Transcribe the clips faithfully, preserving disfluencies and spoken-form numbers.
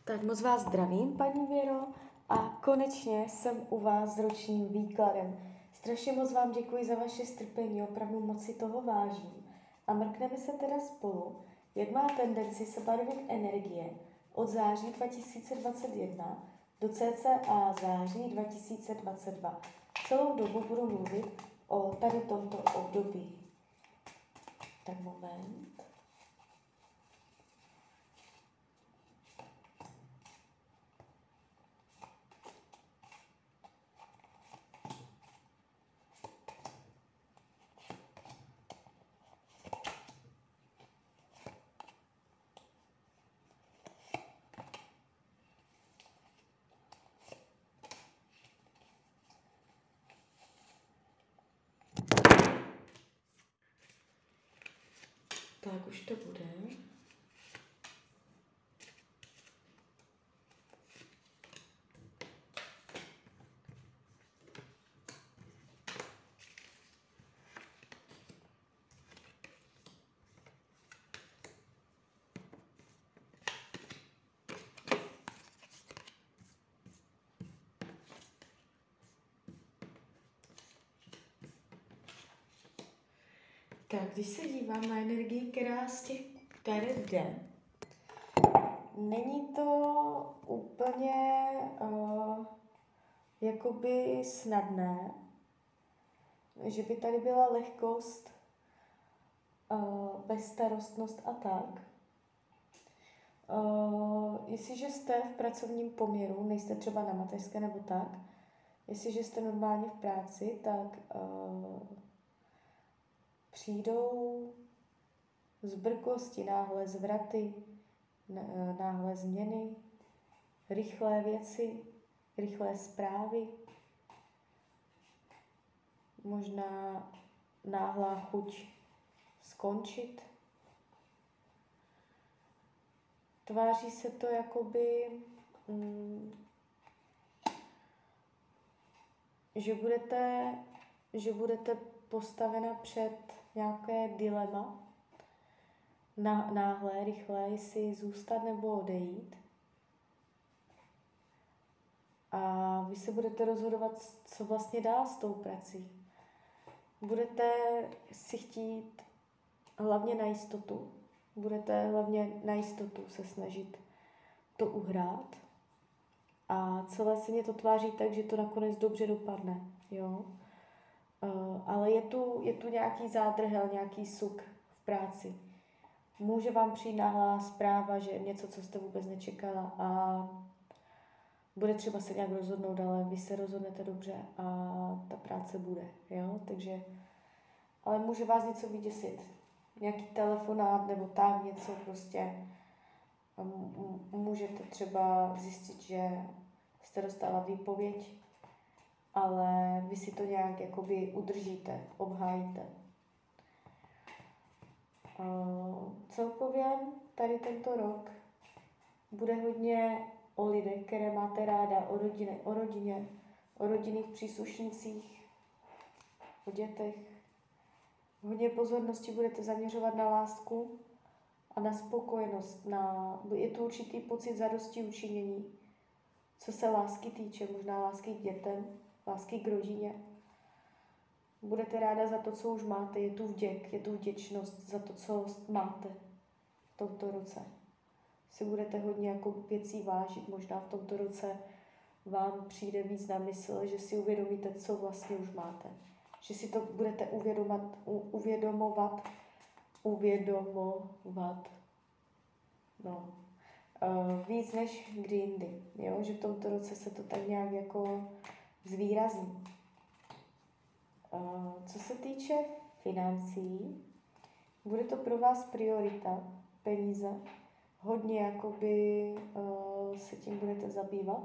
Tak moc vás zdravím, paní Věro, a konečně jsem u vás s ročním výkladem. Strašně moc vám děkuji za vaše strpení, opravdu moc si toho vážím. A mrkneme se teda spolu, jak má tendenci se barvit energie od září dva tisíce dvacet jedna do cca září dva tisíce dvacet dva. Celou dobu budu mluvit o tady tomto období. Tak moment. Tak už to bude. Tak, když se dívám na energii, která z těch karet jde, není to úplně uh, jakoby snadné, že by tady byla lehkost, uh, bezstarostnost a tak. Uh, jestliže jste v pracovním poměru, nejste třeba na mateřské nebo tak, jestliže jste normálně v práci, tak uh, přijdou zbrklosti, náhle zvraty, náhle změny, rychlé věci, rychlé zprávy, možná náhlá chuť skončit. Tváří se to jakoby, mm, že budete, že budete postavena před nějaké dilema, Na, náhle, rychle, jestli zůstat nebo odejít. A vy se budete rozhodovat, co vlastně dál s tou prací. Budete si chtít hlavně na jistotu. Budete hlavně na jistotu se snažit to uhrát. A celé se mě to tváří tak, že to nakonec dobře dopadne. Jo? Uh, ale je tu, je tu nějaký zádrhel, nějaký suk v práci. Může vám přijít náhlá zpráva, že něco, co jste vůbec nečekala, a bude třeba se nějak rozhodnout, ale vy se rozhodnete dobře a ta práce bude, jo, takže, ale může vás něco vyděsit, nějaký telefonát nebo tak něco prostě, můžete třeba zjistit, že jste dostala výpověď, ale vy si to nějak jakoby udržíte, obhájíte. Uh, celkově tady tento rok bude hodně o lidech, které máte ráda, o rodině, o rodině, o rodinných příslušnících, o dětech. Hodně pozornosti budete zaměřovat na lásku a na spokojenost. Na, je to určitý pocit zadosti učinění, co se lásky týče, možná lásky k dětem, lásky k rodině. Budete ráda za to, co už máte, je tu vděk, je tu vděčnost za to, co máte v tomto roce. Si budete hodně jako věcí vážit, možná v tomto roce vám přijde víc na mysl, že si uvědomíte, co vlastně už máte. Že si to budete uvědomovat, uvědomovat, uvědomovat, no, uh, víc než kdy jindy, jo? Že v tomto roce se to tak nějak jako zvýrazní. Uh, co se týče financí, bude to pro vás priorita, peníze, hodně jakoby uh, se tím budete zabývat.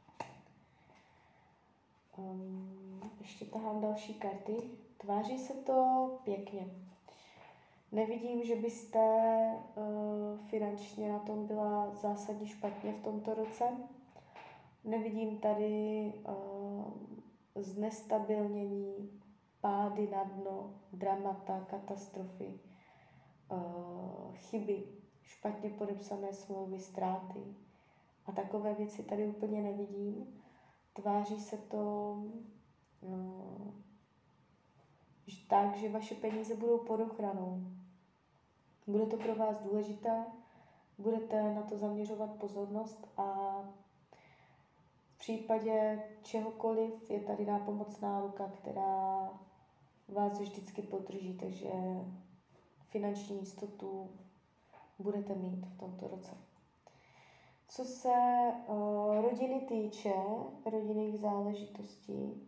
Um, ještě tahám další karty. Tváří se to pěkně. Nevidím, že byste uh, finančně na tom byla zásadně špatně v tomto roce. Nevidím tady uh, znestabilnění, pády na dno, dramata, katastrofy, uh, chyby, špatně podepsané smlouvy, ztráty A takové věci tady úplně nevidím. Tváří se to no, že tak, že vaše peníze budou pod ochranou. Bude to pro vás důležité, budete na to zaměřovat pozornost a v případě čehokoliv je tady nápomocná ruka, která vás vždycky podrží, takže finanční jistotu budete mít v tomto roce. Co se uh, rodiny týče, rodinných záležitostí,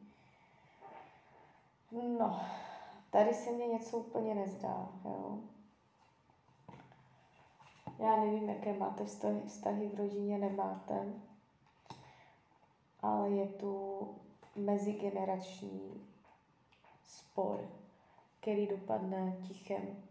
no, tady se mně něco úplně nezdá, jo. Já nevím, jaké máte vztahy, vztahy v rodině, nemáte, ale je tu mezigenerační spor, který dopadne tichem,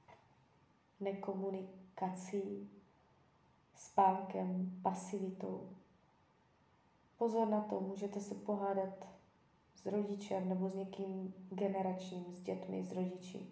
nekomunikací, spánkem, pasivitou. Pozor na to, můžete se pohádat s rodičem nebo s někým generačním, s dětmi, s rodiči.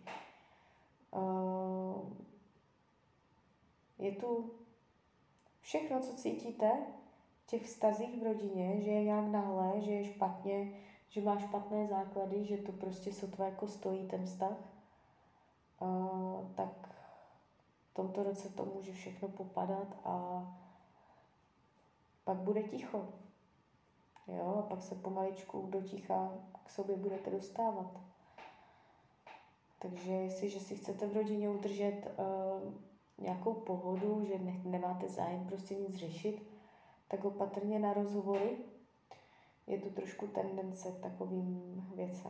Uh, je tu všechno, co cítíte v těch vztazích v rodině, že je nějak nahlé, že je špatně, že má špatné základy, že to prostě sotva jako stojí ten vztah, uh, tak v tomto roce to může všechno popadat a pak bude ticho. Jo, a pak se pomaličku do ticha k sobě budete dostávat. Takže jestliže si chcete v rodině udržet uh, nějakou pohodu, že ne, nemáte zájem prostě nic řešit, tak opatrně na rozhovory. Je tu trošku tendence k takovým věcem.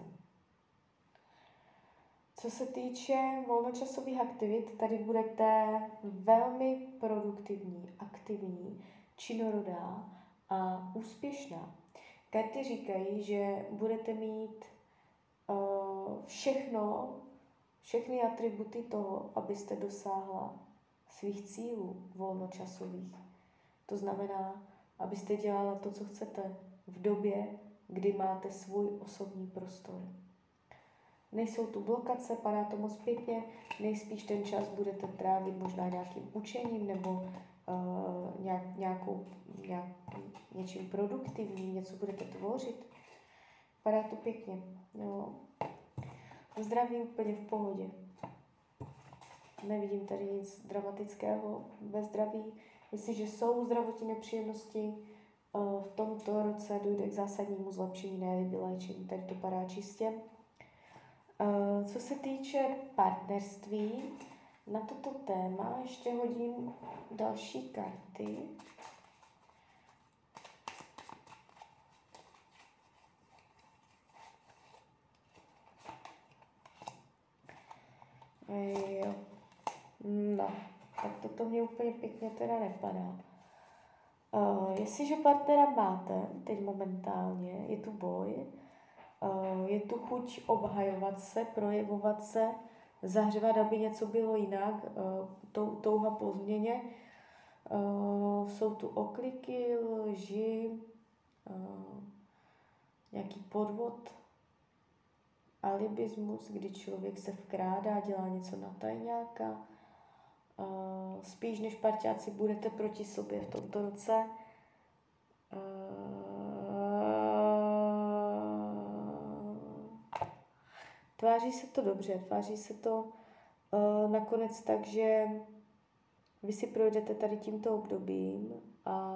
Co se týče volnočasových aktivit, tady budete velmi produktivní, aktivní, činorodá a úspěšná. Karty říkají, že budete mít uh, všechno, všechny atributy toho, abyste dosáhla svých cílů volnočasových. To znamená, abyste dělala to, co chcete v době, kdy máte svůj osobní prostor. Nejsou tu blokace, padá to moc pěkně, nejspíš ten čas budete trávit možná nějakým učením nebo uh, nějak, nějakou, nějak, něčím produktivním, něco budete tvořit. Padá to pěkně. Jo. Zdraví úplně v pohodě. Nevidím tady nic dramatického ve zdraví. Jestliže jsou zdravotní nepříjemnosti, uh, v tomto roce dojde k zásadnímu zlepšení, ne vyléčení. Tady to padá čistě. Uh, co se týče partnerství, na toto téma ještě hodím další karty. Jo. No, tak toto mě úplně pěkně teda nepadá. Uh, jestliže partnera máte, teď momentálně, je tu boj, Uh, je tu chuť obhajovat se, projevovat se, zahřevat, aby něco bylo jinak, uh, tou, touha po změně. Uh, jsou tu okliky, lži, uh, nějaký podvod, alibismus, kdy člověk se vkrádá, dělá něco na tajňáka. Uh, spíš než parťáci budete proti sobě v tomto roce. Uh, Tváří se to dobře, tváří se to uh, nakonec tak, že vy si projdete tady tímto obdobím a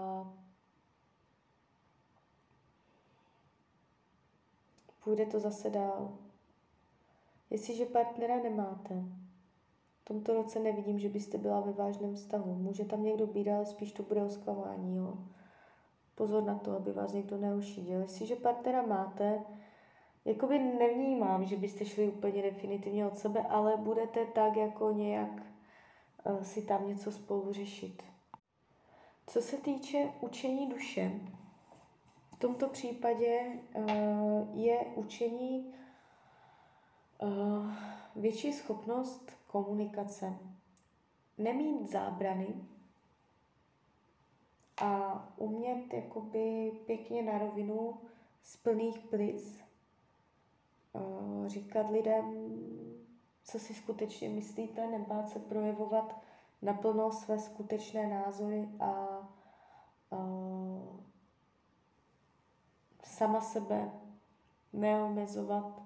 půjde to zase dál. Jestliže partnera nemáte, v tomto roce nevidím, že byste byla ve vážném vztahu. Může tam někdo být, ale spíš to bude o zklamání. Jo? Pozor na to, aby vás někdo neušidil. Jestliže partnera máte, jakoby nevnímám, že byste šli úplně definitivně od sebe, ale budete tak jako nějak uh, si tam něco spolu řešit. Co se týče učení duše, v tomto případě uh, je učení uh, větší schopnost komunikace. Nemít zábrany a umět jakoby pěkně na rovinu z plných plic uh, říkat lidem, co si skutečně myslíte, nebát se projevovat naplno své skutečné názory a sama sebe neomezovat.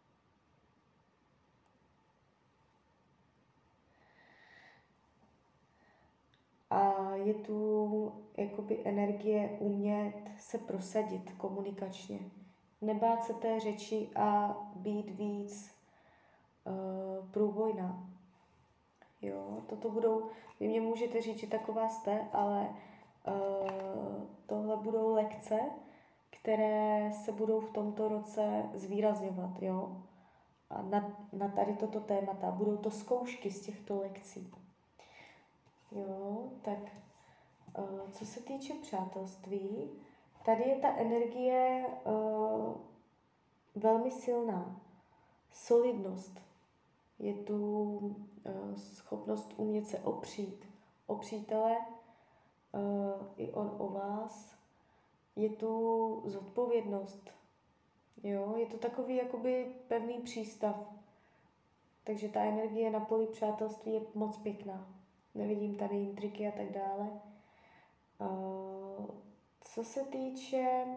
A je tu jakoby energie umět se prosadit komunikačně. Nebát se té řeči a být víc uh, průbojná. Jo, toto budou, vy mě můžete říct, že taková jste, ale uh, tohle budou lekce, které se budou v tomto roce zvýrazňovat, jo. A na, na tady toto témata. Budou to zkoušky z těchto lekcí. Jo, tak uh, co se týče přátelství, tady je ta energie uh, velmi silná. Solidnost. Je tu uh, schopnost umět se opřít. O přítele, uh, i on o vás. Je tu zodpovědnost. Jo, je to takový jakoby pevný přístav. Takže ta energie na poli přátelství je moc pěkná. Nevidím tady intriky a tak dále. Uh, co se týče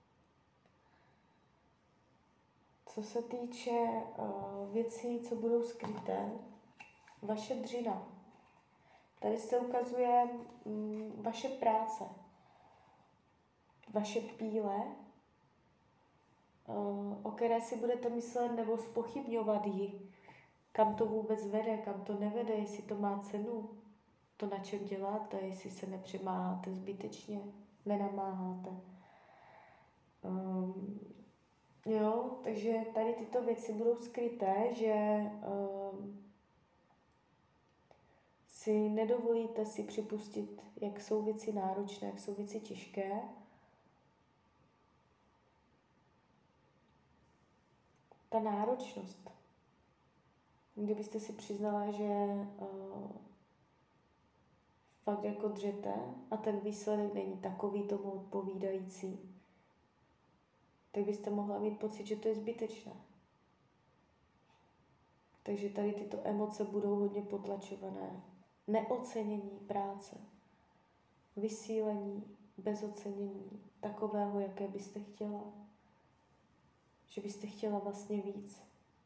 co se týče uh, věcí, co budou skryté, vaše dřina. Tady se ukazuje um, vaše práce, vaše píle, uh, o které si budete myslet nebo zpochybňovat ji. Kam to vůbec vede, kam to nevede, jestli to má cenu, to, na čem děláte, jestli se nepřemáháte zbytečně, nenamáháte. Um, jo, takže tady tyto věci budou skryté, že um, si nedovolíte si připustit, jak jsou věci náročné, jak jsou věci těžké. Ta náročnost. Kdybyste si přiznala, že uh, fakt jako dřete a ten výsledek není takový tomu odpovídající, tak byste mohla mít pocit, že to je zbytečné. Takže tady tyto emoce budou hodně potlačované. Neocenění práce, vysílení, bezocenění, takového, jaké byste chtěla. Že byste chtěla vlastně víc.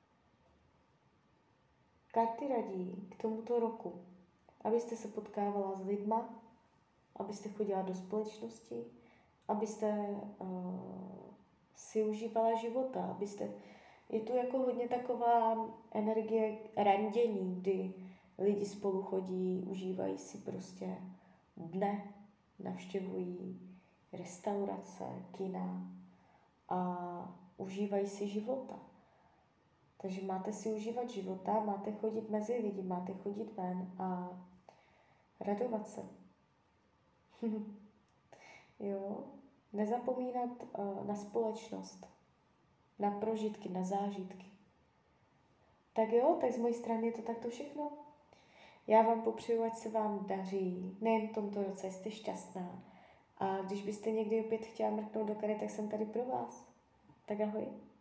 Karty radí k tomuto roku, abyste se potkávala s lidma, abyste chodila do společnosti, abyste uh, si užívala života, abyste... Je tu jako hodně taková energie randění, kdy lidi spolu chodí, užívají si prostě dne, navštěvují restaurace, kina a užívají si života. Takže máte si užívat života, máte chodit mezi lidi, máte chodit ven a radovat se. Jo, nezapomínat uh, na společnost, na prožitky, na zážitky. Tak jo, tak z mojí strany je to takto všechno. Já vám popřeju, ať se vám daří, nejen v tomto roce, jste šťastná. A když byste někdy opět chtěla mrknout do karet, tak jsem tady pro vás. Tak ahoj.